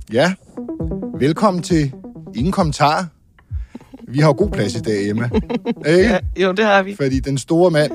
Ja, velkommen til Ingen Kommentar. Vi har jo god plads i dag, Emma. Ja, jo, det har vi. Fordi den store mand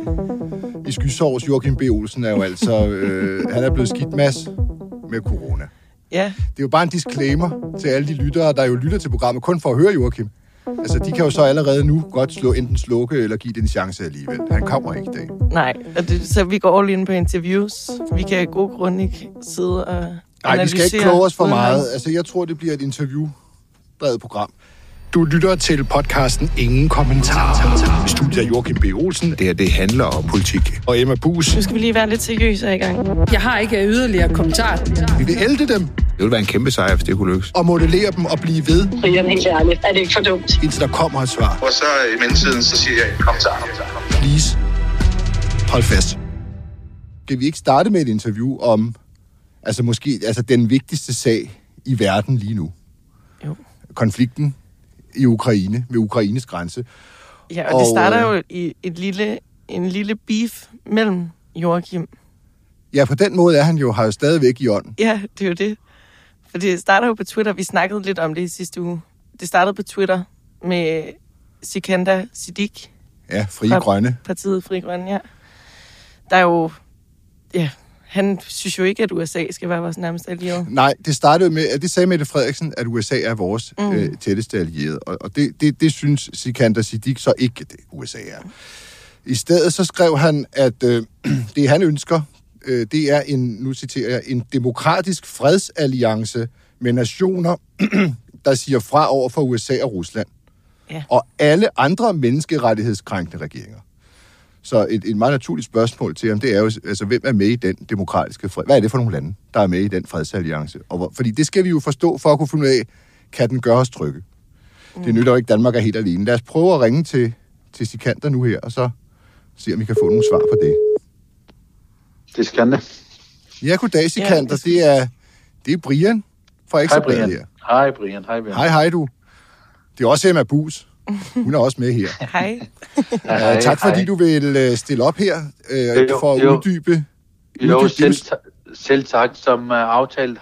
i Skysovs, Joachim B. Olsen, er jo altså... han er blevet skidtmas med corona. Ja. Det er jo bare en disclaimer til alle de lyttere, der jo lytter til programmet, kun for at høre Joachim. Altså, de kan jo så allerede nu godt enten slukke eller give det en chance alligevel. Han kommer ikke i dag. Nej, så vi går all in på interviews. Vi kan af gode grunde ikke sidde og analysere. Nej, vi skal ikke kloge os for meget. Altså, jeg tror, det bliver et interview-drevet program. Du lytter til podcasten Ingen Kommentar. Studiet af Joachim B. Olsen. Det handler om politik. Og Emma Buus. Nu skal vi lige være lidt seriøse i gang. Jeg har ikke yderligere kommentar. Vi vil ælde dem. Det ville være en kæmpe sejr, hvis det kunne lykkes. Og modellere dem og blive ved. Brian, helt ærligt. Er det ikke for dumt? Indtil der kommer et svar. Og så i mellemtiden, så siger jeg kommentar. Please. Hold fast. Skal vi ikke starte med et interview om, altså måske, altså den vigtigste sag i verden lige nu? Jo. Konflikten i Ukraine, ved Ukraines grænse. Ja, og det starter jo i en lille beef mellem Joachim. Ja, på den måde er han jo, har jo stadigvæk i ånden. Ja, det er jo det. For det starter jo på Twitter. Vi snakkede lidt om det i sidste uge. Det startede på Twitter med Sikandar Siddique. Ja, Frie Grønne. Partiet Frie Grønne, ja. Der er jo... Ja, han synes jo ikke, at USA skal være vores nærmeste allierede. Nej, det startede med, at det sagde Mette Frederiksen, at USA er vores tætteste allierede. Og det synes Sikandar Siddique så ikke, at USA er. I stedet så skrev han, at det han ønsker, det er nu citerer jeg, en demokratisk fredsalliance med nationer, der siger fra over for USA og Rusland. Ja. Og alle andre menneskerettighedskrænkende regeringer. Så et meget naturligt spørgsmål til ham, det er jo, altså, hvem er med i den demokratiske fred? Hvad er det for nogle lande, der er med i den fredsalliance? Fordi det skal vi jo forstå for at kunne finde ud af, kan den gøre os trygge? Det nytter jo ikke, Danmark er helt alene. Lad os prøve at ringe til Sikandar nu her, og så se, om vi kan få nogle svar på det. Det skal det. Ja, goddag, Sikandar. Ja, det er Brian fra Ekstrabladet her. Hej, Brian. Hej, du. Det er også Emma Buus. Hun er også med her. Hej. Tak fordi du vil stille op her for at uddybe. Jo, selv tak. Som aftalt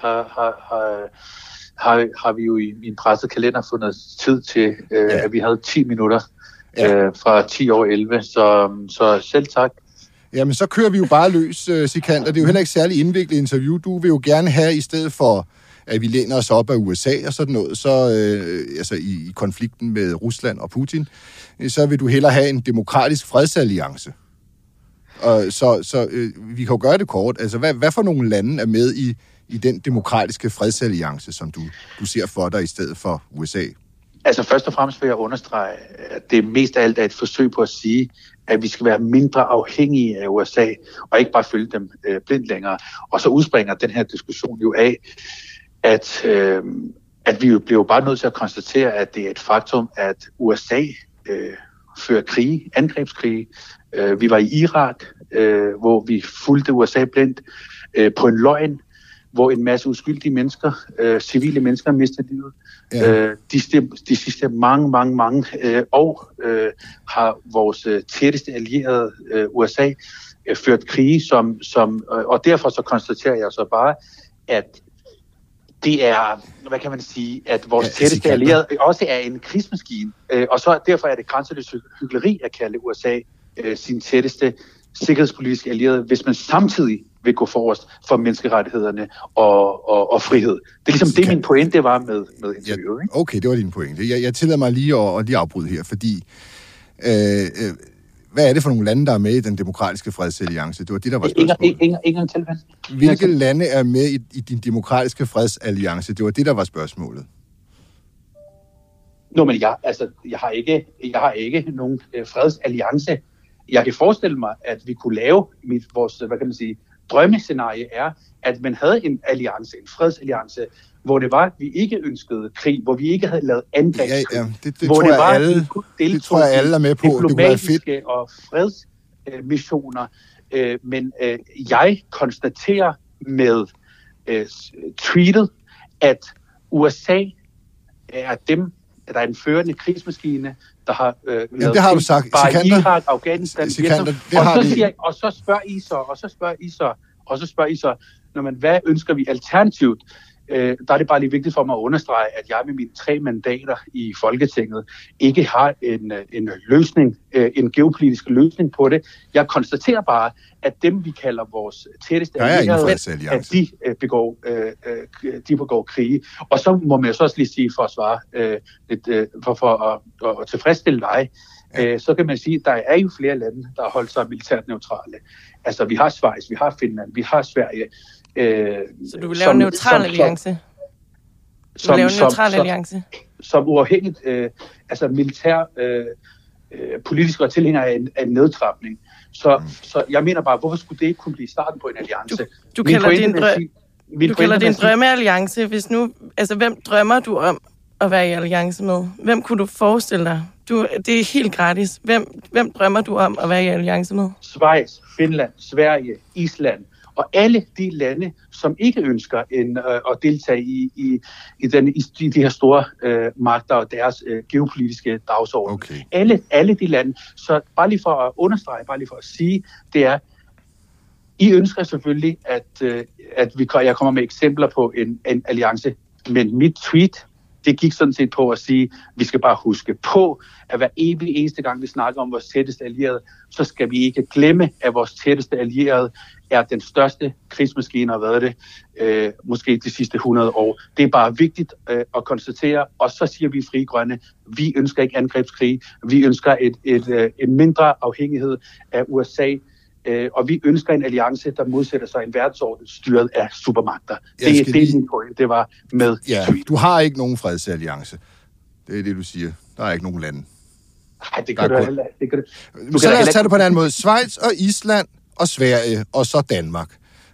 har vi jo i min pressekalender fundet tid til, at vi havde 10 minutter fra 10 over 11. Så selv tak. Jamen, så kører vi jo bare løs, Sikandar. Det er jo heller ikke særlig indviklet interview. Du vil jo gerne have, i stedet for at vi læner os op af USA og sådan noget, så altså i konflikten med Rusland og Putin, så vil du hellere have en demokratisk fredsalliance. Så vi kan jo gøre det kort. Altså, hvad for nogle lande er med i den demokratiske fredsalliance, som du ser for dig i stedet for USA? Altså, først og fremmest vil jeg understrege, at det mest af alt er et forsøg på at sige, at vi skal være mindre afhængige af USA, og ikke bare følge dem blindt længere. Og så udspringer den her diskussion jo af, at vi jo bliver bare nødt til at konstatere, at det er et faktum, at USA fører angrebskrige. Vi var i Irak, hvor vi fulgte USA blindt på en løgn, hvor en masse uskyldige mennesker, civile mennesker, mistede livet. Ja. De sidste mange år har vores tætteste allierede USA ført krige, og derfor så konstaterer jeg så bare, at det er, hvad kan man sige, at vores tætteste allierede også er en krigsmaskine, og så derfor er det grænseløst hykleri at kalde USA sin tætteste sikkerhedspolitiske allierede, hvis man samtidig vil gå forrest for menneskerettighederne og frihed. Det er ligesom det, min pointe var med interviewet. Ikke? Okay, det var din pointe. Jeg tillader mig lige at afbryde her, fordi hvad er det for nogle lande, der er med i den demokratiske fredsalliance? Det var det, der var spørgsmålet. Ingen tilvænd. Hvilke lande er med i din demokratiske fredsalliance? Det var det, der var spørgsmålet. Nå, men jeg har ikke nogen fredsalliance. Jeg kan forestille mig, at vi kunne lave vores, hvad kan man sige, drømmescenarie er, at man havde en alliance, en fredsalliance, hvor det var, at vi ikke ønskede krig, hvor vi ikke havde lavet angrebskrig. Ja, det tror jeg alle er med på. Diplomatiske og fredsmissioner. Men jeg konstaterer med tweetet, at USA er dem, der er en førende krigsmaskine, der har lavet det har du sagt. bare Irak, Afghanistan, og så spørger I så, når man, hvad ønsker vi alternativt? der er det bare lige vigtigt for mig at understrege, at jeg med mine 3 mandater i Folketinget ikke har en løsning, en geopolitisk løsning på det. Jeg konstaterer bare, at dem, vi kalder vores tætteste allierede, at de begår krige. Og så må man jo så også lige sige, for at svare for at tilfredsstille dig, så kan man sige, at der er jo flere lande, der har holdt sig militært neutrale. Altså, vi har Schweiz, vi har Finland, vi har Sverige. Så du vil lave en neutral alliance? Du vil lave en neutral alliance? Som uafhængigt, altså militær, politisk og tilhænger af en nedtrapning. Så jeg mener bare, hvorfor skulle det ikke kunne blive starten på en alliance? Du kalder det en drømmealliance. Hvis nu, altså, hvem drømmer du om at være i alliance med? Hvem kunne du forestille dig? Det er helt gratis. Hvem drømmer du om at være i alliance med? Schweiz, Finland, Sverige, Island og alle de lande, som ikke ønsker at deltage i de her store magter og deres geopolitiske dagsorden. Okay. Alle de lande. Så bare lige for at understrege, bare lige for at sige, det er, I ønsker selvfølgelig, at jeg kommer med eksempler på en alliance, men mit tweet, det gik sådan set på at sige, vi skal bare huske på, at hver eneste gang, vi snakker om vores tætteste allierede, så skal vi ikke glemme, at vores tætteste allierede er den største krigsmaskine, og været det måske de sidste 100 år. Det er bare vigtigt at konstatere, og så siger vi Frie Grønne, vi ønsker ikke angrebskrig, vi ønsker en mindre afhængighed af USA, og vi ønsker en alliance, der modsætter sig en verdensorden styret af supermagter. Det er min point, det var med. Ja, du har ikke nogen fredsalliance. Det er det, du siger. Der er ikke nogen lande. Nej, det kan du heller ikke. Så lad os tage det på en anden måde. Schweiz og Island og Sverige, og så Danmark.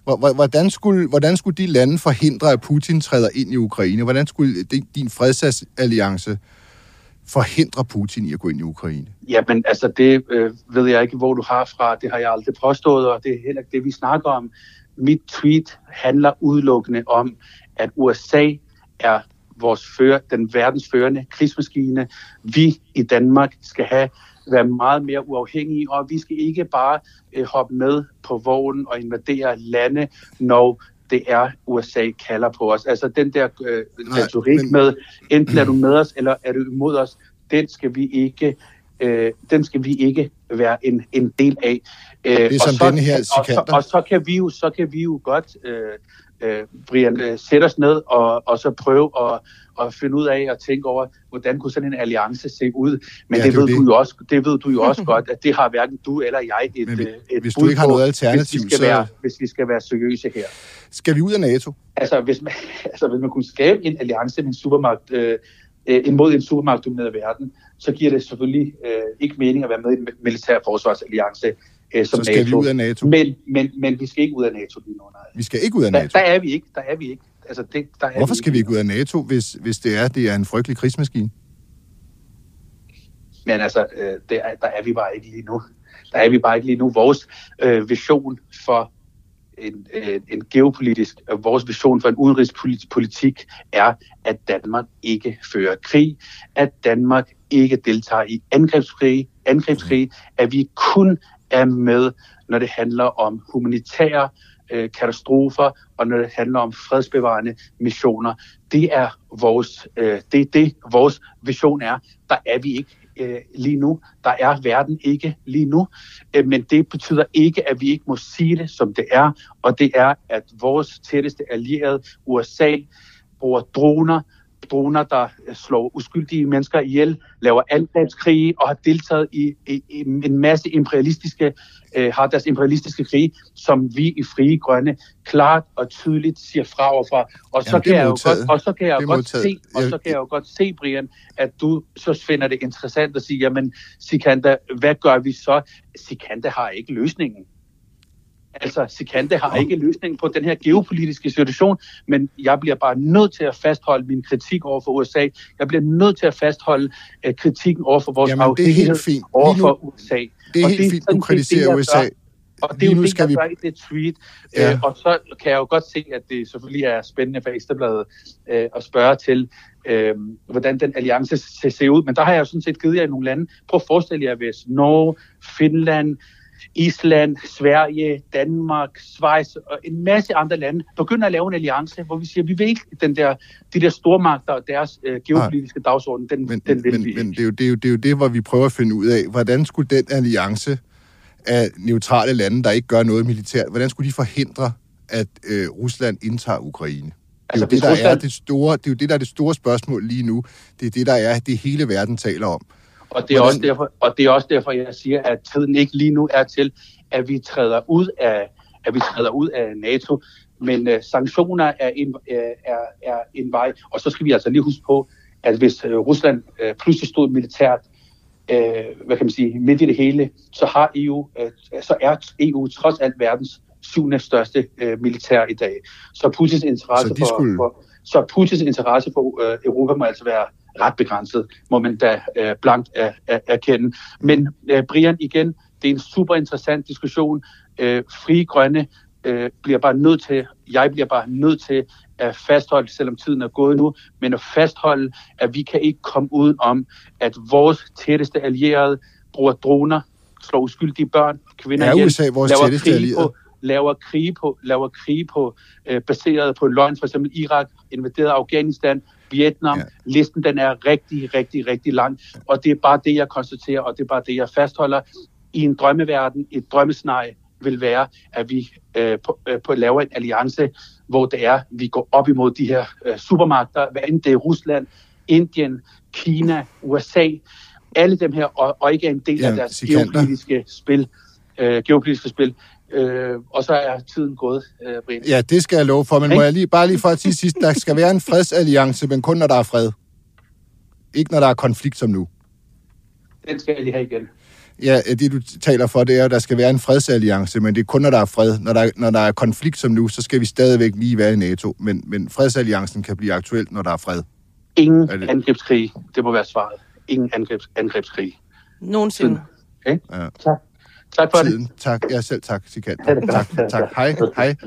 Hvordan skulle de lande forhindre, at Putin træder ind i Ukraine? Hvordan skulle din fredsalliance forhindre Putin i at gå ind i Ukraine? Jamen, altså det ved jeg ikke, hvor du har fra. Det har jeg aldrig påstået, og det er heller ikke det, vi snakker om. Mit tweet handler udelukkende om, at USA er den verdensførende krigsmaskine. Vi i Danmark skal være meget mere uafhængige, og vi skal ikke bare hoppe med på vognen og invadere lande, når det er USA kalder på os. Altså den der retorik med, enten er du med os, eller er du imod os, den skal vi ikke være en del af. Og så kan vi jo godt, Brian, sætte os ned og så prøve at finde ud af og tænke over, hvordan kunne sådan en alliance se ud. Men det ved du jo også godt, at det har hverken du eller jeg et hvis du ikke har noget alternativ, hvis vi skal være seriøse her. Skal vi ud af NATO? Altså, hvis man kunne skabe en alliance med en supermagt, imod en supermagtdomineret verden, så giver det selvfølgelig ikke mening at være med i en militær forsvarsalliance som så skal NATO. Vi ud af NATO. Men vi skal ikke ud af NATO lige nu. Nej. Vi skal ikke ud af NATO? Der er vi ikke. Altså, hvorfor skal vi ikke ud af NATO, hvis det er en frygtelig krigsmaskine? Men altså, der er vi bare ikke lige nu. Vores vision for en geopolitisk, vores vision for en udenrigspolitik er, at Danmark ikke fører krig, at Danmark ikke deltager i angrebskrig, at vi kun er med, når det handler om humanitære katastrofer, og når det handler om fredsbevarende missioner. Det er vores vision er. Der er vi ikke lige nu. Der er verden ikke lige nu. Men det betyder ikke, at vi ikke må sige det, som det er. Og det er, at vores tætteste allierede, USA, bruger droner, der slår uskyldige mennesker ihjel, laver angrebskrige og har deltaget i en masse har deres imperialistiske krige, som vi i Frie Grønne klart og tydeligt siger fra overfra. Og så kan jeg jo godt se, Brian, at du så finder det interessant at sige, jamen Sikandar, hvad gør vi så? Sikandar har ikke løsningen. Altså, Sikandar har ikke løsningen på den her geopolitiske situation, men jeg bliver bare nødt til at fastholde min kritik over for USA. Jeg bliver nødt til at fastholde kritikken over for vores afhængighed over for USA. Det er helt fint, du kritiserer USA. Og det er jo det, jeg gør i det tweet. Ja. Og så kan jeg jo godt se, at det selvfølgelig er spændende for Ekstrabladet at spørge til, hvordan den alliance ser ud. Men der har jeg jo sådan set givet jer nogle lande. Prøv at forestille jer, hvis Norge, Finland, Island, Sverige, Danmark, Schweiz og en masse andre lande begynder at lave en alliance, hvor vi siger, vi vil ikke de der stormagter og deres geopolitiske dagsorden, den vil vi ikke. Men det er jo det, hvor vi prøver at finde ud af, hvordan skulle den alliance af neutrale lande, der ikke gør noget militært, hvordan skulle de forhindre, at Rusland indtager Ukraine? Det er jo det, der er det store spørgsmål lige nu. Det er det, der er det hele verden taler om. Og det er også derfor, jeg siger, at tiden ikke lige nu er til, at vi træder ud af NATO. Men sanktioner er en vej. Og så skal vi altså lige huske på, at hvis Rusland pludselig stod militært, midt i det hele, så er EU trods alt verdens 7. største militær i dag. Så Putins interesse for Europa må altså være ret begrænset, må man da blankt erkende. Men Brian, igen, det er en super interessant diskussion. Frie Grønne bliver bare nødt til at fastholde, selvom tiden er gået nu, men at fastholde, at vi kan ikke komme uden om, at vores tætteste allierede bruger droner, slår uskyldige børn, kvinder ihjel, USA vores tætteste allierede? laver krig på baseret på løgn, for eksempel Irak, invaderet Afghanistan, Vietnam. Ja. Listen den er rigtig, rigtig, rigtig lang, og det er bare det, jeg konstaterer, og det er bare det, jeg fastholder. I en drømmeverden, et drømmescenarie vil være, at vi laver en alliance, hvor det er, vi går op imod de her supermagter, hvad enten det er Rusland, Indien, Kina, USA, alle dem her, og ikke er en del af deres geopolitiske spil. Og så er tiden gået, Brian. Ja, det skal jeg love for, men må jeg bare lige for at sige sidst, der skal være en fredsalliance, men kun når der er fred. Ikke når der er konflikt som nu. Den skal jeg lige have igen. Ja, det du taler for, det er, at der skal være en fredsalliance, men det er kun når der er fred. Når der er konflikt som nu, så skal vi stadigvæk lige være i NATO, men fredsalliancen kan blive aktuelt, når der er fred. Ingen angrebskrig, det må være svaret. Ingen angrebskrig. Nogensinde. Okay? Ja. Tak for tiden. Det. Tak. Ja, selv tak, Sikander. Tak. Hej.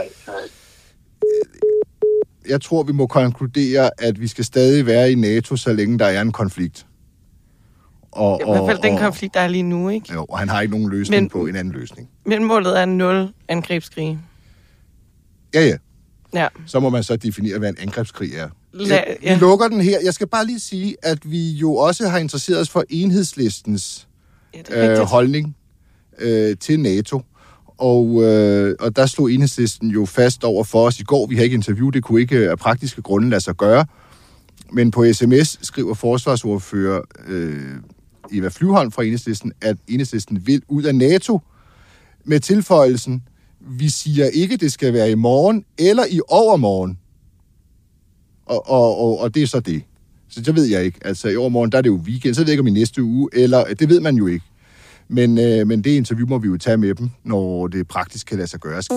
Jeg tror, vi må konkludere, at vi skal stadig være i NATO, så længe der er en konflikt. I hvert fald den konflikt, der er lige nu, ikke? Jo, og han har ikke nogen løsning på en anden løsning. Men målet er 0 angrebskrig. Ja. Så må man så definere, hvad en angrebskrig er. Vi lukker den her. Jeg skal bare lige sige, at vi jo også har interesseret os for Enhedslistens holdning til NATO. Og der stod Enhedslisten jo fast over for os i går. Vi har ikke interviewet, det kunne ikke af praktiske grunde lade sig gøre. Men på sms skriver forsvarsordfører Eva Flyvholm fra Enhedslisten, at Enhedslisten vil ud af NATO med tilføjelsen, vi siger ikke, det skal være i morgen eller i overmorgen. Og det er så det. Så det ved jeg ikke. Altså i overmorgen, der er det jo weekend, så ved jeg ikke om i næste uge, eller det ved man jo ikke. Men det interview må vi jo tage med dem, når det praktisk kan lade sig gøre.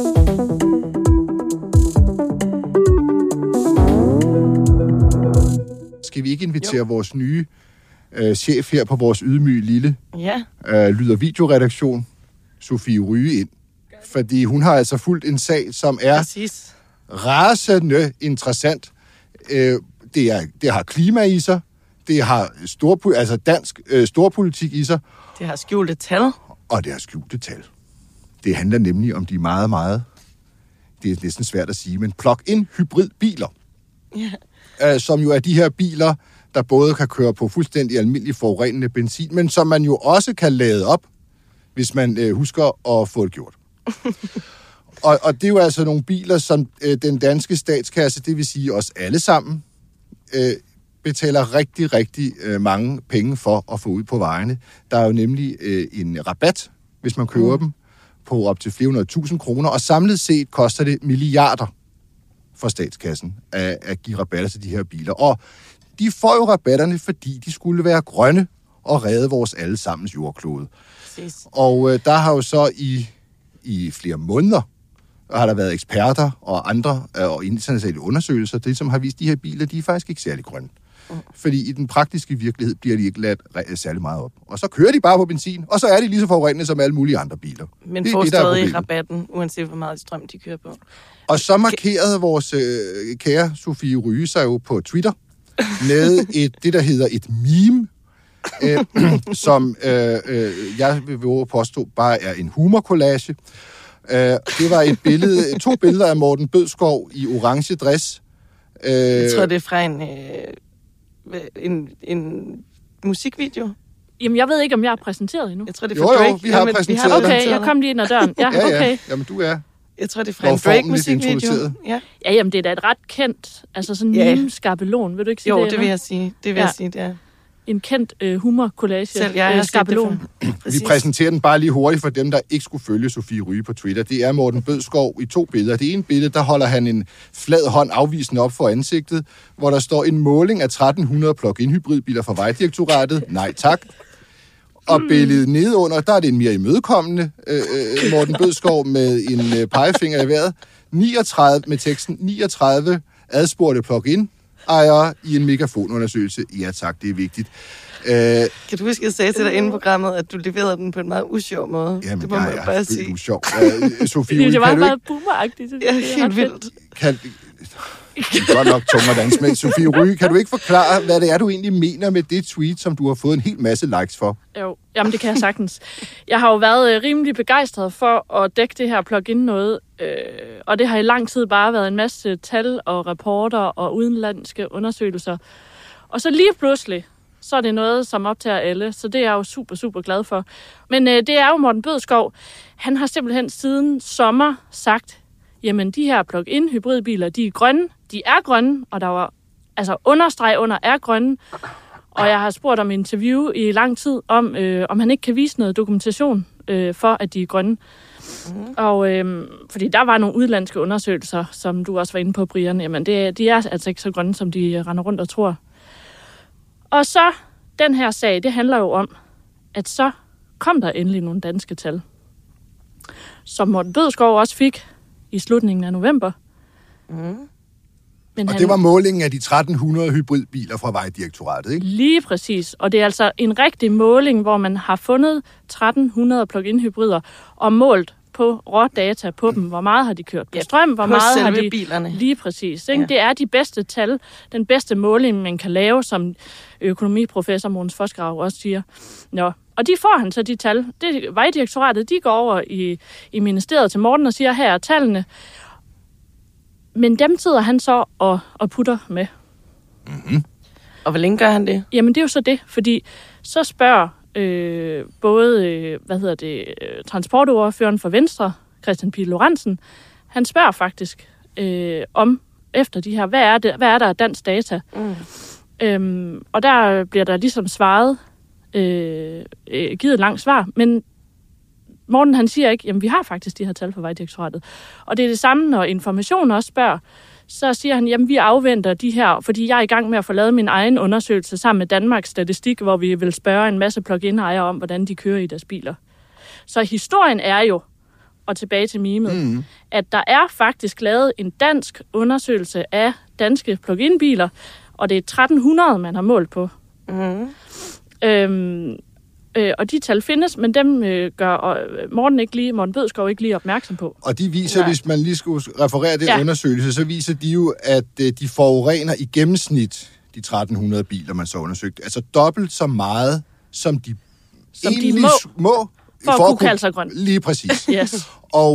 Skal vi ikke invitere vores nye chef her på vores ydmyge lille lyd- og videoredaktion, Sofie Ryge, ind? Fordi hun har altså fulgt en sag, som er rasende interessant. Det har klima i sig, det har dansk storpolitik i sig. Det har skjulte tal. Og det har skjulte tal. Det handler nemlig om de meget, meget, det er næsten svært at sige, men plug-in hybridbiler. Som jo er de her biler, der både kan køre på fuldstændig almindelig forurenende benzin, men som man jo også kan lade op, hvis man husker at få det gjort. og det er jo altså nogle biler, som den danske statskasse, det vil sige os alle sammen, betaler rigtig, rigtig mange penge for at få ud på vejene. Der er jo nemlig en rabat, hvis man køber dem, på op til 400.000 kroner, og samlet set koster det milliarder for statskassen at give rabatter til de her biler. Og de får jo rabatterne, fordi de skulle være grønne og redde vores allesammens jordklode. Præcis. Og der har jo så i flere måneder har der været eksperter og andre og internationale undersøgelser, det som har vist, at de her biler, de er faktisk ikke særlig grønne. Fordi i den praktiske virkelighed bliver de ikke ladt særlig meget op. Og så kører de bare på benzin, og så er de lige så forurenende som alle mulige andre biler. Men får stadig rabatten, uanset hvor meget strøm de kører på. Og så markerede vores kære Sofie Ryge sig jo på Twitter med det, der hedder et meme, som jeg vil våge at påstå bare er en humorcollage. Det var to billeder af Morten Bødskov i orange dress. Jeg tror, det er fra en musikvideo. Jamen, jeg ved ikke, om jeg er præsenteret endnu. Jeg tror, det er fra Drake. Jo, vi har præsenteret Okay, jeg kom lige ind ad døren. Ja, okay. Jamen, du er. Jeg tror, det er fra en Drake-musikvideo. Ja, jamen, det er da et ret kendt, altså sådan en meme-skabelon. Vil du ikke sige det? Jo, det vil jeg sige. Det vil jeg sige, det er. En kendt humor-collage. Selv jeg har skabelon. Vi præsenterer den bare lige hurtigt for dem, der ikke skulle følge Sofie Ryge på Twitter. Det er Morten Bødskov i 2 billeder. Det ene billede, der holder han en flad hånd afvisende op for ansigtet, hvor der står en måling af 1300 plug-in hybridbiler fra Vejdirektoratet. Nej tak. Og billedet nedenunder, der er det en mere imødekommende Morten Bødskov med en pegefinger i vejret. 39 med teksten 39 adspurgte plug-in ejere i en megafonundersøgelse. Ja tak, det er vigtigt. Kan du huske, at jeg sagde til dig inden programmet, at du leverede den på en meget usjov måde? Jamen, det må man bare sige. Du er sjov. Sofie, det var meget boomeragtigt. Ja, helt vildt. Det er godt nok tungerdans, men Sofie Ryge, kan du ikke forklare, hvad det er, du egentlig mener med det tweet, som du har fået en hel masse likes for? Jo, jamen det kan jeg sagtens. Jeg har jo været rimelig begejstret for at dække det her plug-in noget, og det har i lang tid bare været en masse tal og rapporter og udenlandske undersøgelser. Og så lige pludselig, så er det noget, som optager alle, så det er jeg jo super, super glad for. Men det er jo Morten Bødskov. Han har simpelthen siden sommer sagt, jamen de her plug-in hybridbiler, de er grønne. De er grønne, og der var altså understreg under er grønne. Og jeg har spurgt om interview i lang tid, om han ikke kan vise noget dokumentation for, at de er grønne. Og fordi der var nogle udlandske undersøgelser, som du også var inde på, Brian. Jamen de er altså ikke så grønne, som de render rundt og tror. Og så den her sag, det handler jo om, at så kom der endelig nogle danske tal, som Morten Bødskov også fik i slutningen af november. Men det var målingen af de 1300 hybridbiler fra Vejdirektoratet, ikke? Lige præcis. Og det er altså en rigtig måling, hvor man har fundet 1300 plug-in hybrider og målt på rådata på dem. Hvor meget har de kørt på strøm? Hvor meget har de bilerne. Lige præcis. Ikke? Ja. Det er de bedste tal, den bedste måling, man kan lave, som økonomiprofessor Mogens Forsgrav også siger. Nå. Og de får han så de tal. Det Vejdirektoratet, de går over i ministeriet til Morten og siger, her er tallene. Men dem sidder han så og putter med. Mm-hmm. Og hvor længe gør han det? Jamen det er jo så det, fordi så spørger både transportordføreren for Venstre, Christian Pihl Lorentzen, han spørger faktisk om efter de her, hvad er der af dansk data? Og der bliver der ligesom svaret, givet et langt svar, men Morten han siger ikke, jamen vi har faktisk de her tal fra Vejdirektoratet. Og det er det samme, når Information også spørger, så siger han, jamen vi afventer de her, fordi jeg er i gang med at få lavet min egen undersøgelse sammen med Danmarks Statistik, hvor vi vil spørge en masse plug-in-ejere om, hvordan de kører i deres biler. Så historien er jo, og tilbage til memet, at der er faktisk lavet en dansk undersøgelse af danske plug-in-biler, og det er 1300, man har målt på. Og de tal findes, men dem gør Morten Bødskov ikke lige opmærksom på. Og de viser, hvis man lige skulle referere den undersøgelse, så viser de jo, at de forurener i gennemsnit de 1300 biler, man så undersøgt. Altså dobbelt så meget, som de må for at kunne kalde sig grøn. Lige præcis. Yes.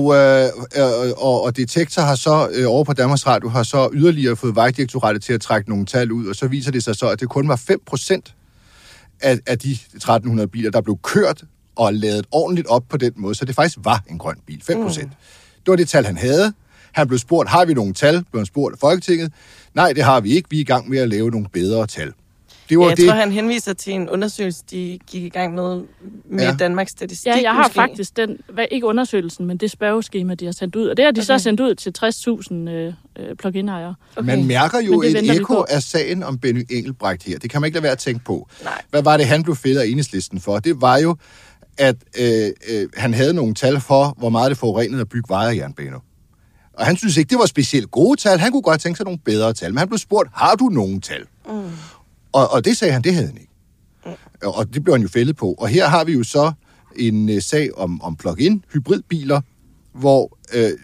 Og Detektor har så over på Danmarks Radio har så yderligere fået Vejdirektoratet til at trække nogle tal ud, og så viser det sig så, at det kun var 5% af de 1300 biler, der blev kørt og lavet ordentligt op på den måde, så det faktisk var en grøn bil. 5%. Det var det tal, han havde. Han blev spurgt, har vi nogle tal? Blev han spurgt af Folketinget? Nej, det har vi ikke. Vi er i gang med at lave nogle bedre tal. Jeg tror, han henviser til en undersøgelse, de gik i gang med Danmarks Statistik. Ja, jeg har faktisk den, ikke undersøgelsen, men det spørgeskema, de har sendt ud. Og det har de så sendt ud til 60.000 plug-in-ejere. Okay. Man mærker jo et ekko af sagen om Benny Engelbrecht her. Det kan man ikke lade være at tænke på. Nej. Hvad var det, han blev fældet af Enhedslisten for? Det var jo, at han havde nogle tal for, hvor meget det forurenede at bygge veje og jernbaner. Og han synes ikke, det var specielt gode tal. Han kunne godt tænke sig nogle bedre tal. Men han blev spurgt, har du nogle tal? Og det sagde han, det havde han ikke. Og det blev han jo fældet på. Og her har vi jo så en sag om plug-in hybridbiler, hvor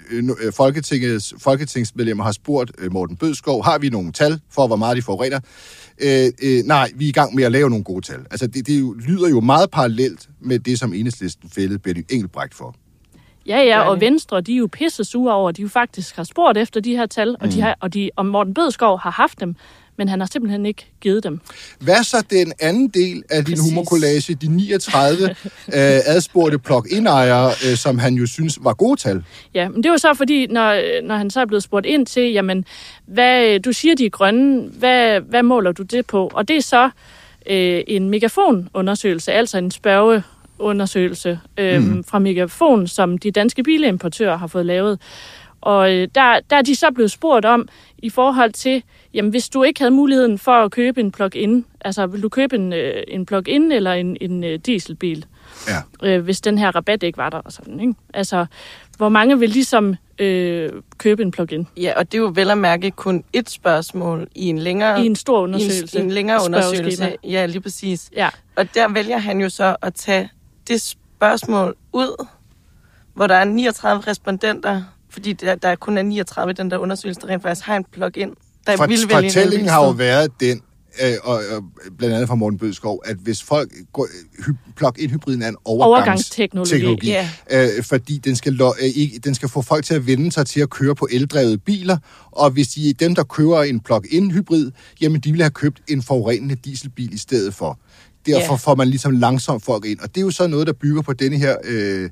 folketingsmedlemmer har spurgt Morten Bødskov, har vi nogle tal for, hvor meget de forurener? Nej, vi er i gang med at lave nogle gode tal. Altså, det lyder jo meget parallelt med det, som Enhedslisten fældede Benny Engelbrecht for. Ja, og Venstre, de er jo pisse sure over, at de jo faktisk har spurgt efter de her tal, og Morten Bødskov har haft dem, men han har simpelthen ikke givet dem. Hvad så den anden del af din humorcollage, de 39 adspurgte plug-in-ejere, som han jo synes var gode tal? Ja, men det var så fordi, når han så er blevet spurgt ind til, jamen, du siger, de er grønne, hvad måler du det på? Og det er så en megafonundersøgelse, altså en spørgeundersøgelse fra Megafon, som de danske bilimportører har fået lavet. Og der er de så blevet spurgt om, i forhold til, jamen hvis du ikke havde muligheden for at købe en plug-in, altså vil du købe en plug-in eller en dieselbil, hvis den her rabat ikke var der og sådan, ikke? Altså, hvor mange vil ligesom købe en plug-in? Ja, og det er jo vel at mærke kun et spørgsmål i en længere... I en stor undersøgelse. I en længere undersøgelse, ja, lige præcis. Ja. Og der vælger han jo så at tage det spørgsmål ud, hvor der er 39 respondenter, fordi der kun er 39 den der undersøgelse, der rent faktisk har en plug-in. Fortællingen har jo været den, og blandt andet fra Morten Bødskov, at hvis folk går, plug-in-hybriden er en overgangsteknologi, fordi den skal få folk til at vende sig til at køre på eldrevede biler, og hvis dem, der kører en plug-in-hybrid, jamen de vil have købt en forurenende dieselbil i stedet for. Derfor får man ligesom langsomt folk ind, og det er jo så noget, der bygger på denne her...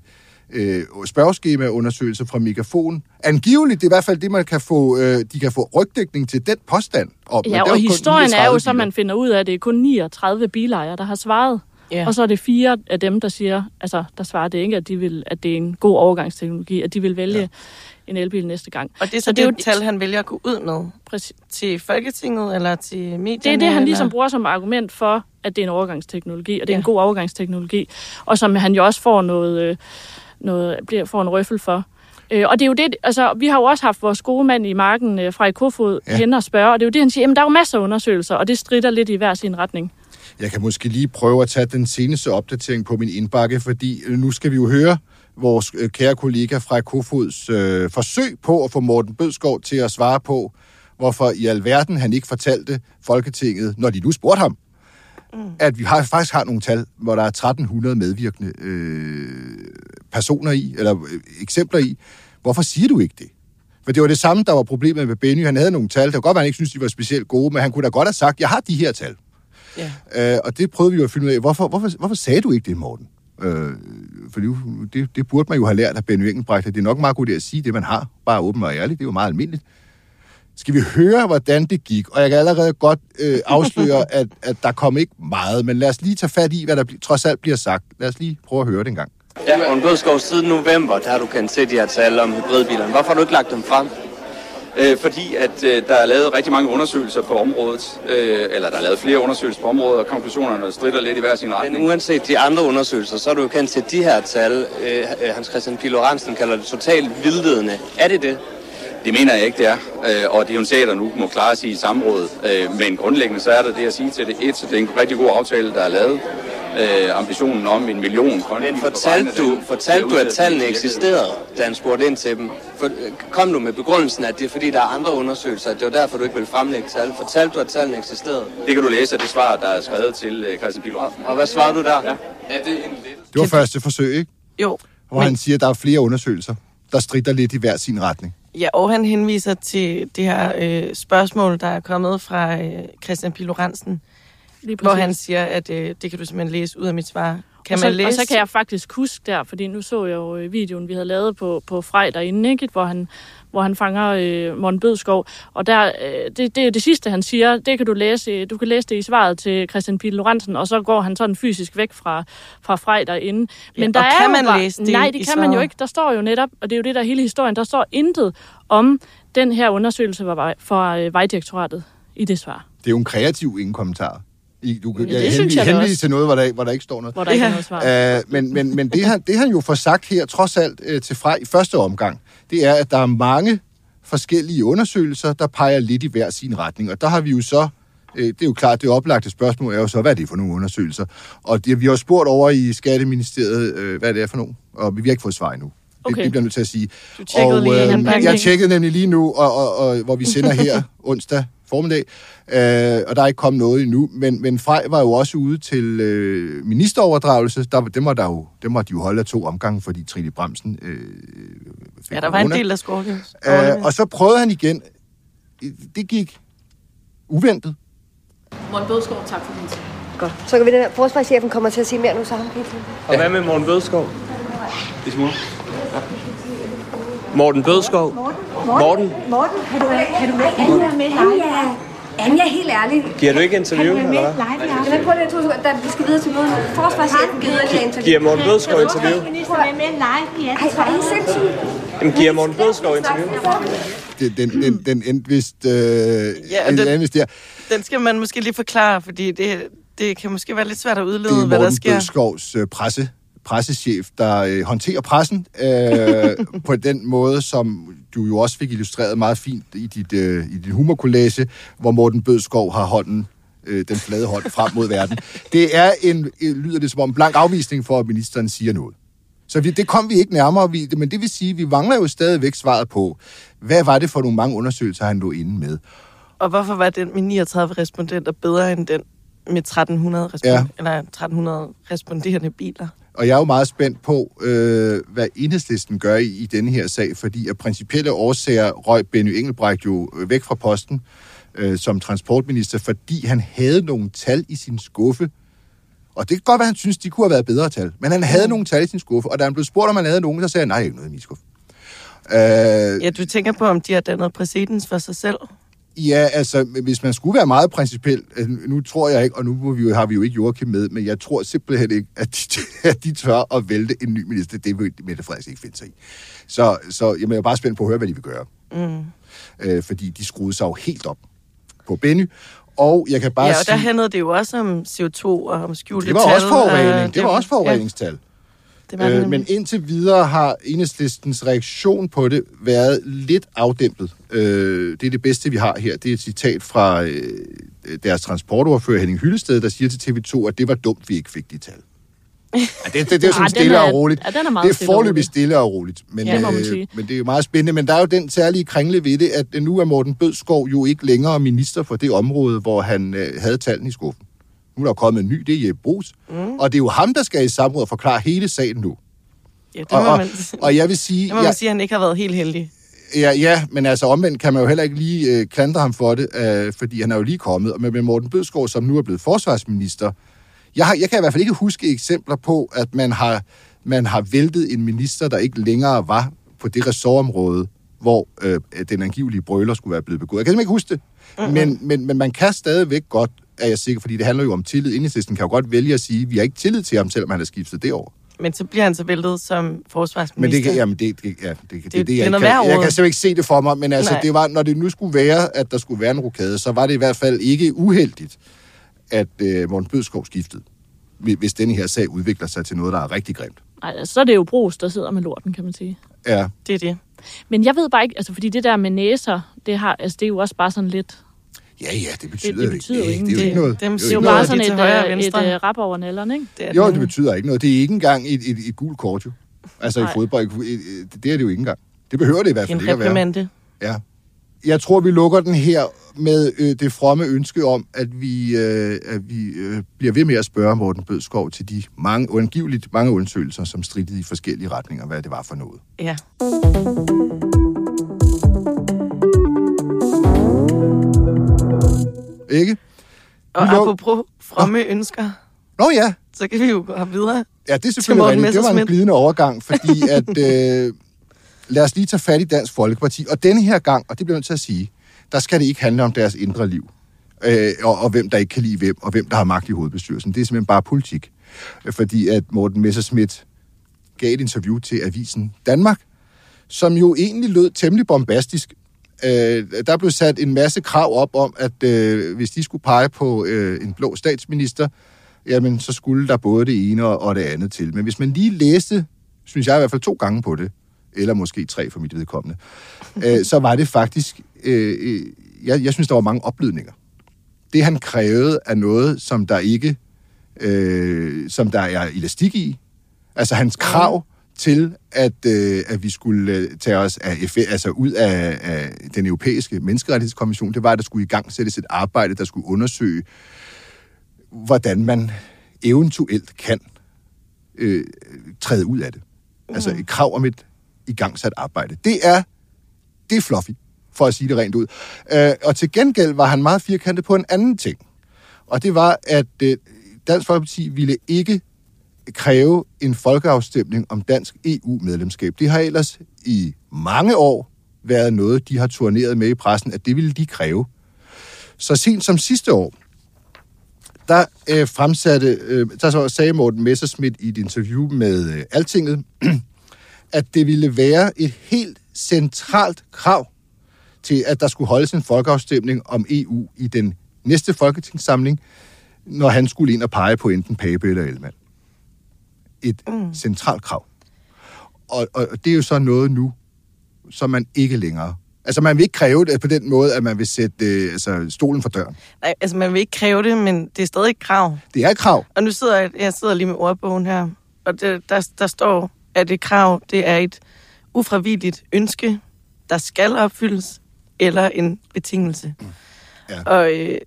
spørgeskema-undersøgelse fra Megafon. Angiveligt, det er i hvert fald det, man kan få, de kan få rygdækning til den påstand. Ja, og historien er jo så, man finder ud af, at det er kun 39 bilejere, der har svaret. Yeah. Og så er det 4 af dem, der siger, altså der svarer det ikke, at det er en god overgangsteknologi, at de vil vælge en elbil næste gang. Og det er så det er jo et tal, han vælger at gå ud med til Folketinget eller til medierne? Det er det, han ligesom bruger som argument for, at det er en overgangsteknologi, og det er en god overgangsteknologi, og som han jo også får får en røffel for. Og det er jo det, altså vi har jo også haft vores gode mand i marken fra Kofod hen og spørge, og det er jo det, han siger, jamen der er jo masser af undersøgelser, og det stritter lidt i hver sin retning. Jeg kan måske lige prøve at tage den seneste opdatering på min indbakke, fordi nu skal vi jo høre vores kære kollega fra Kofods forsøg på at få Morten Bødskov til at svare på, hvorfor i alverden han ikke fortalte Folketinget, når de nu spurgte ham, at vi faktisk har nogle tal, hvor der er 1300 medvirkende personer i, eller eksempler i. Hvorfor siger du ikke det? For det var det samme, der var problemet med Benny. Han havde nogle tal. Det var godt, at han ikke synes, de var specielt gode, men han kunne da godt have sagt, jeg har de her tal. Yeah. Og det prøvede vi jo at finde ud af. Hvorfor sagde du ikke det, Morten? For det burde man jo have lært af Benny Engelbrecht. Det er nok meget godt at sige det, man har. Bare åbent og ærligt. Det er jo meget almindeligt. Skal vi høre, hvordan det gik? Og jeg kan allerede godt afsløre, at der kom ikke meget, men lad os lige tage fat i, hvad der trods alt bliver sagt. Lad os lige prøve at høre det en gang. Ja, Morten Bødskov, siden november, der har du kendt til de her tal om hybridbilerne. Hvorfor har du ikke lagt dem frem? Fordi at der er lavet rigtig mange undersøgelser på området, eller der er lavet flere undersøgelser på området, og konklusionerne stritter lidt i hver sin retning. Men uanset de andre undersøgelser, så er du jo kendt til de her tal. Hans Christian Pihl Lorentzen kalder det totalt vildledende. Er det det? Det mener jeg ikke, det er. Og det er jo en sag, der nu må klare sig i samrådet. Men grundlæggende så er der det at sige til det. Så det er en rigtig god aftale, der er lavet. Ambitionen om 1 million. Men fortalte du, at tallene eksisterede, da han spurgte ind til dem? Kom du med begrundelsen, at det er fordi, der er andre undersøgelser, at det var derfor, du ikke ville fremlægge tal? Fortalte du, at tallene eksisterede? Det kan du læse af det svar, der er skrevet til Christian Pihl Lorentzen. Og hvad svarede du der? Ja, det var første forsøg, ikke? Jo. Hvor han siger, at der er flere undersøgelser, der stritter lidt i hver sin retning. Ja, og han henviser til det her spørgsmål, der er kommet fra Christian Pihl Lorentzen, hvor han siger, at det kan du simpelthen læse ud af mit svar. Og så kan jeg faktisk huske der, fordi nu så jeg jo videoen, vi havde lavet på Frej derinde, ikke? Hvor han fanger Morten Bødskov. Og der, det er det sidste, han siger, det kan du læse. Du kan læse det i svaret til Christian Pihl Lorentzen, og så går han sådan fysisk væk fra Frej derinde. Men der kan man læse det? Nej, det kan man jo ikke. Der står jo netop, og det er jo det, der er hele historien, der står intet om den her undersøgelse fra Vejdirektoratet i det svar. Det er jo en kreativ ingen kommentar. Jeg henviser til noget, hvor der ikke står noget. Hvor der ikke er noget svar. Men det han jo får sagt her, trods alt til Frej i første omgang, det er, at der er mange forskellige undersøgelser, der peger lidt i hver sin retning. Og der har vi jo så, det er jo klart, det oplagte spørgsmål er jo så, hvad er det for nogle undersøgelser? Og vi har jo spurgt over i Skatteministeriet, hvad det er for nogle, og vi har ikke fået svar endnu. Okay. Det bliver jeg nødt til at sige. Du tjekkede lige jeg tjekkede nemlig lige nu, og hvor vi sender her onsdag formiddag, og der er ikke kommet noget endnu, men Frej var jo også ude til ministeroverdragelse. Dem må de jo holde af 2 omgange, fordi Trine Bramsen ja, der var en del af skorken. Og så prøvede han igen. Det gik uventet. Morten Bødskov, tak for din tid. Godt. Så kan vi den her. Forsvarschefen kommer til at sige mere nu, så ham helt. Og hvad med Morten Bødskov? Det små. Morten Bødskov. Morten, kan du være med live? Ja. Anja, helt ærligt. Giver du ikke interview, eller hvad? Nej, prøv lige at 2 sekunder. Vi skal videre til mødet. Forsvarschefen gider ikke interview. Giver Morten Bødskov interview? Ej, hvor er I sindssygt. Jamen, giver Morten Bødskov interview? Den endte vist der. Den skal man måske lige forklare, fordi det kan måske være lidt svært at udlede, hvad der sker. Det er Morten Bødskovs pressechef, der håndterer pressen på den måde, som du jo også fik illustreret meget fint i dit humorkollage, hvor Morten Bødskov har hånden, den flade hånd frem mod verden. Det er lyder det som om en blank afvisning for, at ministeren siger noget. Så det kom vi ikke nærmere, men det vil sige, at vi mangler jo stadigvæk svaret på, hvad var det for nogle mange undersøgelser, han lå inde med. Og hvorfor var den med 39 respondenter bedre end den med 1300 responderende biler? Og jeg er jo meget spændt på, hvad Enhedslisten gør i denne her sag, fordi af principielle årsager røg Benny Engelbrecht jo væk fra posten som transportminister, fordi han havde nogle tal i sin skuffe. Og det kan godt være, han synes, de kunne have været bedre tal. Men han havde nogle tal i sin skuffe, og da han blev spurgt, om han havde nogen, så sagde han, nej, ikke noget i min skuffe. Ja, du tænker på, om de har dannet præcedens for sig selv? Ja, altså, hvis man skulle være meget principiel, nu tror jeg ikke, og nu har vi jo ikke Joachim med, men jeg tror simpelthen ikke, at de tør at vælte en ny minister. Det vil Mette Frederiksen ikke finde sig i. Så jeg er bare spændt på at høre, hvad de vil gøre. Fordi de skruede sig jo helt op på Benny. Og jeg kan bare og der handlede det jo også om CO2 og om skjulte tal. Det var også forurening. Det var også forureningstal. Ja. Men indtil videre har Enhedslistens reaktion på det været lidt afdæmpet. Det er det bedste, vi har her. Det er et citat fra deres transportordfører Henning Hyllested, der siger til TV2, at det var dumt, vi ikke fik de tal. Ja, det er sådan stille og roligt. Ja, det er foreløbigt stille og roligt. Men, men det er jo meget spændende. Men der er jo den særlige kringle ved det, at nu er Morten Bødskov jo ikke længere minister for det område, hvor han havde tallene i skuffen. Nu er der kommet en ny, det er Jeppe Bruus. Og det er jo ham, der skal i samråd og forklare hele sagen nu. Ja, det må man, og jeg vil sige... Det må man sige, at han ikke har været helt heldig. Ja, men altså omvendt kan man jo heller ikke lige klandre ham for det, fordi han er jo lige kommet. Og med Morten Bødskov, som nu er blevet forsvarsminister, jeg kan i hvert fald ikke huske eksempler på, at man har væltet en minister, der ikke længere var på det ressortområde, hvor den angivelige brøler skulle være blevet begået. Jeg kan simpelthen ikke huske det. Men man kan stadigvæk godt, er jeg sikker, fordi det handler jo om tillid. Enhedslisten kan jo godt vælge at sige, at vi har ikke tillid til ham, selvom han har skiftet det over. Men så bliver han så væltet som forsvarsminister. Men det jeg kan simpelthen ikke se det for mig, men altså, det var, når det nu skulle være, at der skulle være en rokade, så var det i hvert fald ikke uheldigt, at Morten Bødskov skiftede, hvis denne her sag udvikler sig til noget, der er rigtig grimt. Nej, så er det jo Bruus, der sidder med lorten, kan man sige. Ja. Det er det. Men jeg ved bare ikke, altså fordi det der med næser, det er jo også bare sådan lidt... Ja, det betyder ikke. Det er jo ikke noget. Det er jo bare sådan et rap over nælderne, ikke? Jo, det betyder ikke noget. Det er ikke engang et gult kort, jo. Altså i fodbold, det er det jo ikke engang. Det behøver det i hvert fald ikke at være. En reprimande. Ja. Jeg tror, vi lukker den her med det fromme ønske om, at vi bliver ved med at spørge Morten Bødskov til de uangiveligt mange undersøgelser, som strittede i forskellige retninger, hvad det var for noget. Ja. Ikke? Og apropos fromme ønsker. Nå ja. Så kan vi jo gå videre. Ja, det er selvfølgelig rigtigt. Det var en glidende overgang, fordi at... lad os lige tage fat i Dansk Folkeparti. Og denne her gang, og det bliver nødt til at sige, der skal det ikke handle om deres indre liv. Og hvem der ikke kan lide hvem, og hvem der har magt i hovedbestyrelsen. Det er simpelthen bare politik. Fordi at Morten Messerschmidt gav et interview til Avisen Danmark, som jo egentlig lød temmelig bombastisk. Der blev sat en masse krav op om, at hvis de skulle pege på en blå statsminister, jamen så skulle der både det ene og det andet til. Men hvis man lige læste, synes jeg i hvert fald 2 gange på det, eller måske 3 for mit vedkommende, så var det faktisk, jeg synes, der var mange opblødninger. Det, han krævede, er noget, som der er elastik i. Altså hans krav til, at vi skulle tage os af ud af den europæiske menneskerettighedskommission, det var, at der skulle i gang sættes et arbejde, der skulle undersøge, hvordan man eventuelt kan træde ud af det. Altså et krav om et igangsat arbejde. Det er fluffy, for at sige det rent ud. Og til gengæld var han meget firkantet på en anden ting. Og det var, at Dansk Folkeparti ville ikke kræve en folkeafstemning om dansk EU-medlemskab. Det har ellers i mange år været noget, de har turneret med i pressen, at det ville de kræve. Så sent som sidste år, der sagde Morten Messerschmidt i et interview med Altinget, at det ville være et helt centralt krav til, at der skulle holdes en folkeafstemning om EU i den næste folketingssamling, når han skulle ind og pege på enten Pape eller Ellemann. Et centralt krav. Og det er jo så noget nu, som man ikke længere... Altså, man vil ikke kræve det på den måde, at man vil sætte stolen for døren. Nej, altså, man vil ikke kræve det, men det er stadig et krav. Det er et krav. Og nu sidder jeg lige med ordbogen her, og der står, at et krav, det er et ufravigeligt ønske, der skal opfyldes, eller en betingelse. Ja. Og jeg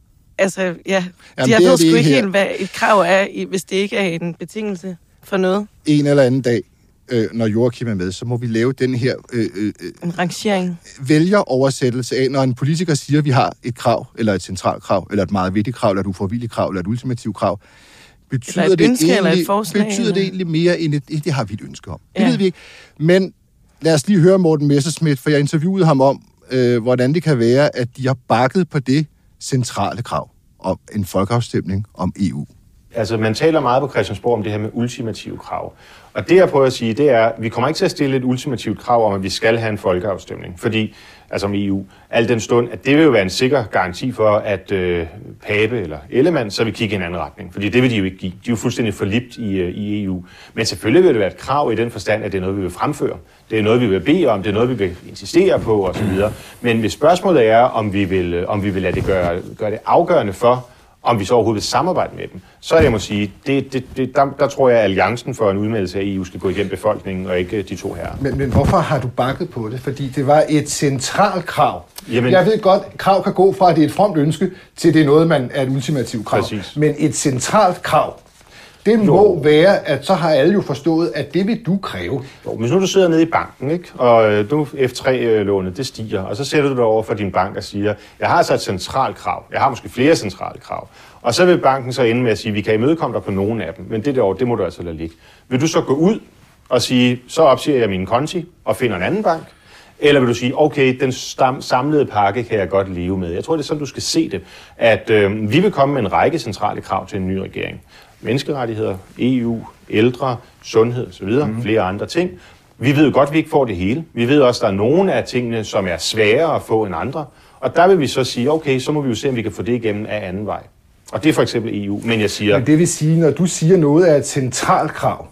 ved sgu ikke helt, hvad et krav er, hvis det ikke er en betingelse for noget. En eller anden dag, når Joachim er med, så må vi lave den her... en rangering. Vælgeroversættelse af, når en politiker siger, at vi har et krav, eller et centralt krav, eller et meget vigtigt krav, eller et ufravigeligt krav, eller et ultimativt krav. Betyder det egentlig mere end det har vi et ønske om? Det ved vi ikke. Men lad os lige høre Morten Messerschmidt, for jeg interviewede ham om, hvordan det kan være, at de har bakket på det centrale krav om en folkeafstemning om EU. Altså, man taler meget på Christiansborg om det her med ultimative krav. Og det, jeg prøver at sige, det er, at vi kommer ikke til at stille et ultimativt krav om, at vi skal have en folkeafstemning. Fordi, altså om EU, al den stund, at det vil jo være en sikker garanti for, at Pape eller Ellemann, så vil kigge i en anden retning. Fordi det vil de jo ikke give. De er jo fuldstændig forlibt i EU. Men selvfølgelig vil det være et krav i den forstand, at det er noget, vi vil fremføre. Det er noget, vi vil bede om, det er noget, vi vil insistere på osv. Men hvis spørgsmålet er, om vi vil lade det gøre det afgørende for, om vi så overhovedet vil samarbejde med dem, så er det, jeg må sige, der tror jeg, at alliancen for en udmeldelse af EU skal gå igennem befolkningen, og ikke de to her. Men hvorfor har du bakket på det? Fordi det var et centralt krav. Jamen, jeg ved godt, krav kan gå fra, at det er et fromt ønske, til det er noget, man er et ultimativt krav. Præcis. Men et centralt krav, det må være, at så har alle jo forstået, at det vil du kræve. Jo, hvis nu du sidder nede i banken, ikke? Og du F3-lånet, det stiger, og så sætter du dig over for din bank og siger, jeg har altså et centralt krav, jeg har måske flere centrale krav, og så vil banken så ende med at sige, vi kan imødekomme dig på nogle af dem, men det derovre, det må du altså lade ligge. Vil du så gå ud og sige, så opsiger jeg mine konti og finder en anden bank? Eller vil du sige, okay, den samlede pakke kan jeg godt leve med. Jeg tror, det er sådan, du skal se det, at vi vil komme med en række centrale krav til en ny regering. Menneskerettigheder, EU, ældre, sundhed osv., flere andre ting. Vi ved godt, at vi ikke får det hele. Vi ved også, at der er nogle af tingene, som er sværere at få end andre. Og der vil vi så sige, okay, så må vi jo se, om vi kan få det igennem af anden vej. Og det er for eksempel EU. Men jeg siger... Men det vil sige, når du siger noget af et centralt krav,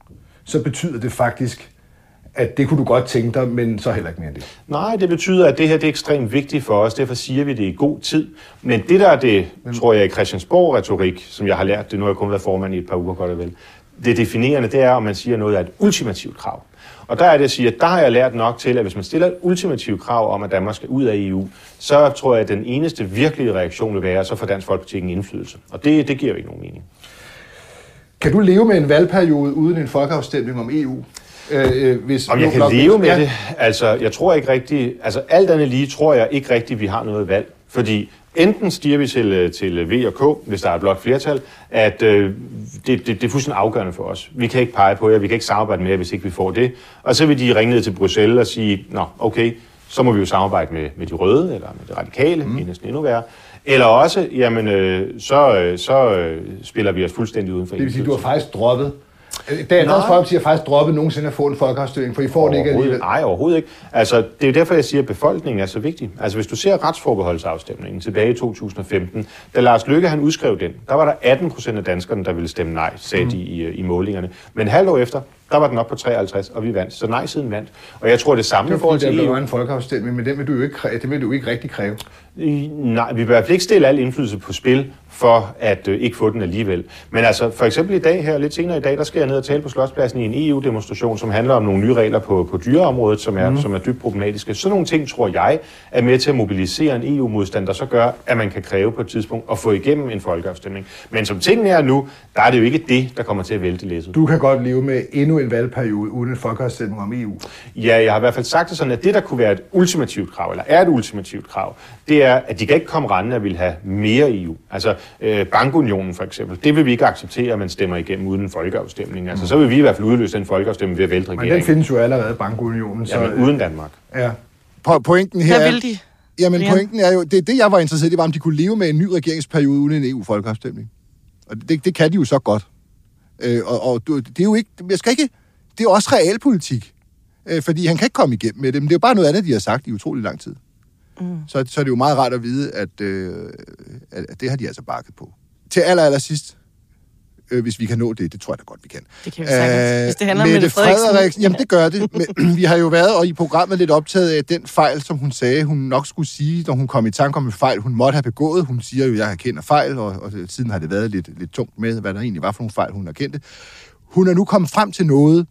så betyder det faktisk, at det kunne du godt tænke dig, men så heller ikke mere end det. Nej, det betyder, at det her det er ekstremt vigtigt for os. Derfor siger vi det i god tid. Men det der er det, tror jeg, i Christiansborg-retorik, som jeg har lært, det nu har jeg kun været formand i et par uger godt og vel. Det definerende, det er, om man siger noget af et ultimativt krav. Og der er det at sige, at der har jeg lært nok til, at hvis man stiller et ultimativt krav om, at Danmark skal ud af EU, så tror jeg, at den eneste virkelige reaktion vil være, så får Dansk Folkeparti ingen indflydelse. Og det giver jo ikke nogen mening. Kan du leve med en valgperiode uden en folkeafstemning om EU? Om jeg kan leve med det? Altså, jeg tror ikke rigtigt... Altså, alt andet lige tror jeg ikke rigtigt, vi har noget valg. Fordi enten stiger vi til V og K, hvis der er et blot flertal, at det er fuldstændig afgørende for os. Vi kan ikke pege på jer, vi kan ikke samarbejde med jer, hvis ikke vi får det. Og så vil de ringe ned til Bruxelles og sige, nå, okay, så må vi jo samarbejde med de røde, eller med de radikale, næsten endnu værre. Eller også, jamen, så spiller vi os fuldstændig uden for. Det vil sige, du har faktisk droppet. Dansk Folkeparti har faktisk droppet nogensinde at få en folkeafstemning, for I får det ikke alligevel. Nej, overhovedet ikke. Altså, det er jo derfor, jeg siger, at befolkningen er så vigtig. Altså, hvis du ser retsforbeholdsafstemningen tilbage i 2015, da Lars Løkke udskrev den, der var der 18% af danskerne, der ville stemme nej, sagde de i målingerne. Men halvt år efter, Der var den op på 53, og vi vandt. Så nej-siden vandt. Og jeg tror det samme i forhold til EU. Det var en folkeafstemning, men det vil du ikke rigtig kræve. Nej, vi vil i hvert fald ikke stille al indflydelse på spil for at ikke få den alligevel. Men altså, for eksempel i dag her, lidt senere i dag, der skal jeg ned og tale på Slotspladsen i en EU-demonstration, som handler om nogle nye regler på dyreområdet, som er dybt problematiske. Sådan nogle ting, tror jeg, er med til at mobilisere en EU-modstand, der så gør, at man kan kræve på et tidspunkt at få igennem en folkeafstemning. Men som tingene er nu, der er det jo ikke det, der kommer til at vælte læsset. Du kan godt leve med endnu en valgperiode uden en folkeafstemning om EU. Ja, jeg har i hvert fald sagt det sådan, at det, der kunne være et ultimativt krav, eller er et ultimativt krav, det er, at de kan ikke komme rendende og vil have mere EU. Altså, bankunionen for eksempel, det vil vi ikke acceptere, at man stemmer igennem uden en folkeafstemning. Altså, så vil vi i hvert fald udløse den folkeafstemning ved at vælte regeringen. Men den findes jo allerede, bankunionen. Så, men uden Danmark. Ja. Pointen her hvad vil de? Jamen, pointen er jo, det jeg var interesseret i, det var, om de kunne leve med en ny regeringsperiode uden en EU-folkeafstemning. Og det kan de jo så godt. Det er jo ikke, det er jo også realpolitik. Fordi han kan ikke komme igennem med det, men det er jo bare noget andet, de har sagt i utrolig lang tid. Så er det jo meget rart at vide, at det har de altså bakket på. Til allersidst, hvis vi kan nå det tror jeg da godt, vi kan. Det kan vi sagtens. Hvis det handler om Mette Frederiksen. Jamen, det gør det. Men vi har jo været og i programmet lidt optaget af den fejl, som hun sagde, hun nok skulle sige, når hun kom i tanke om en fejl, hun måtte have begået. Hun siger jo, at jeg har kendt fejl, og siden har det været lidt tungt med, hvad der egentlig var for nogle fejl, hun har kendt. Hun er nu kommet frem til noget,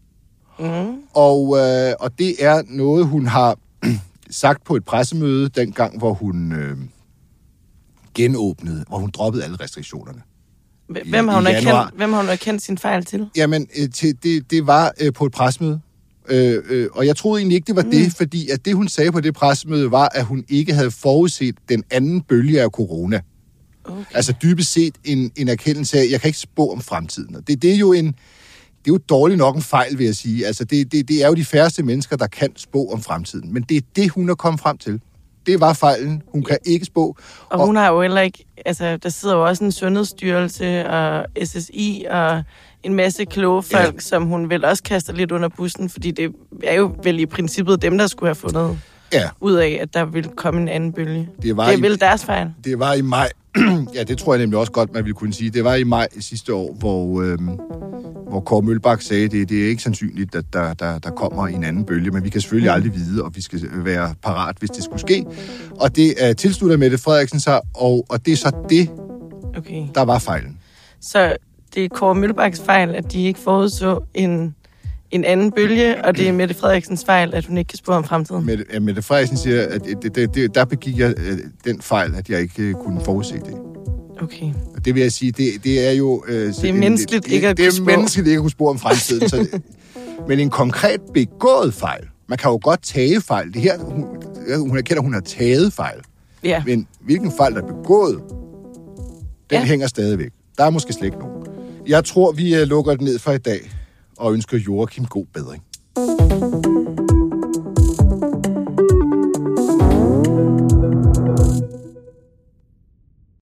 og det er noget, hun har sagt på et pressemøde, dengang, hvor hun genåbnede, hvor hun droppede alle restriktionerne. Hvem har hun erkendt sin fejl til? Jamen, det var på et pressemøde. Og jeg troede egentlig ikke, det var det, fordi at det, hun sagde på det pressemøde, var, at hun ikke havde forudset den anden bølge af corona. Okay. Altså dybest set en erkendelse af, at jeg kan ikke spå om fremtiden. Og det er jo dårligt nok en fejl, vil jeg sige. Altså, det er jo de færreste mennesker, der kan spå om fremtiden. Men det er det, hun er kommet frem til. Det var fejlen. Hun kan ikke spå. Og hun har jo heller ikke... Altså, der sidder jo også en sundhedsstyrelse og SSI og en masse kloge folk, som hun vel også kaster lidt under bussen, fordi det er jo vel i princippet dem, der skulle have fundet ud af, at der ville komme en anden bølge. Det er vel deres fejl. Det var i maj. Ja, det tror jeg nemlig også godt, man ville kunne sige. Det var i maj sidste år, hvor Kåre Mølbak sagde, det er ikke sandsynligt, at der kommer en anden bølge, men vi kan selvfølgelig aldrig vide, og vi skal være parat, hvis det skulle ske. Og det tilslutter Mette Frederiksen sig, og det er så det, der var fejlen. Så det er Kåre Mølbaks fejl, at de ikke forudså en anden bølge, og det er Mette Frederiksens fejl, at hun ikke kan spå om fremtiden. Mette Frederiksen siger, at der begik jeg den fejl, at jeg ikke kunne forudse det. Okay. Og det vil jeg sige, det er jo... det er menneskeligt ikke at kunne spå. Det er menneskeligt ikke at kunne spå om fremtiden. Men en konkret begået fejl, man kan jo godt tage fejl. Det her, hun erkender, hun har taget fejl. Ja. Men hvilken fejl, der er begået, den hænger stadigvæk. Der er måske slet ikke nogen. Jeg tror, vi lukker det ned for i dag, og ønsker Joachim god bedring.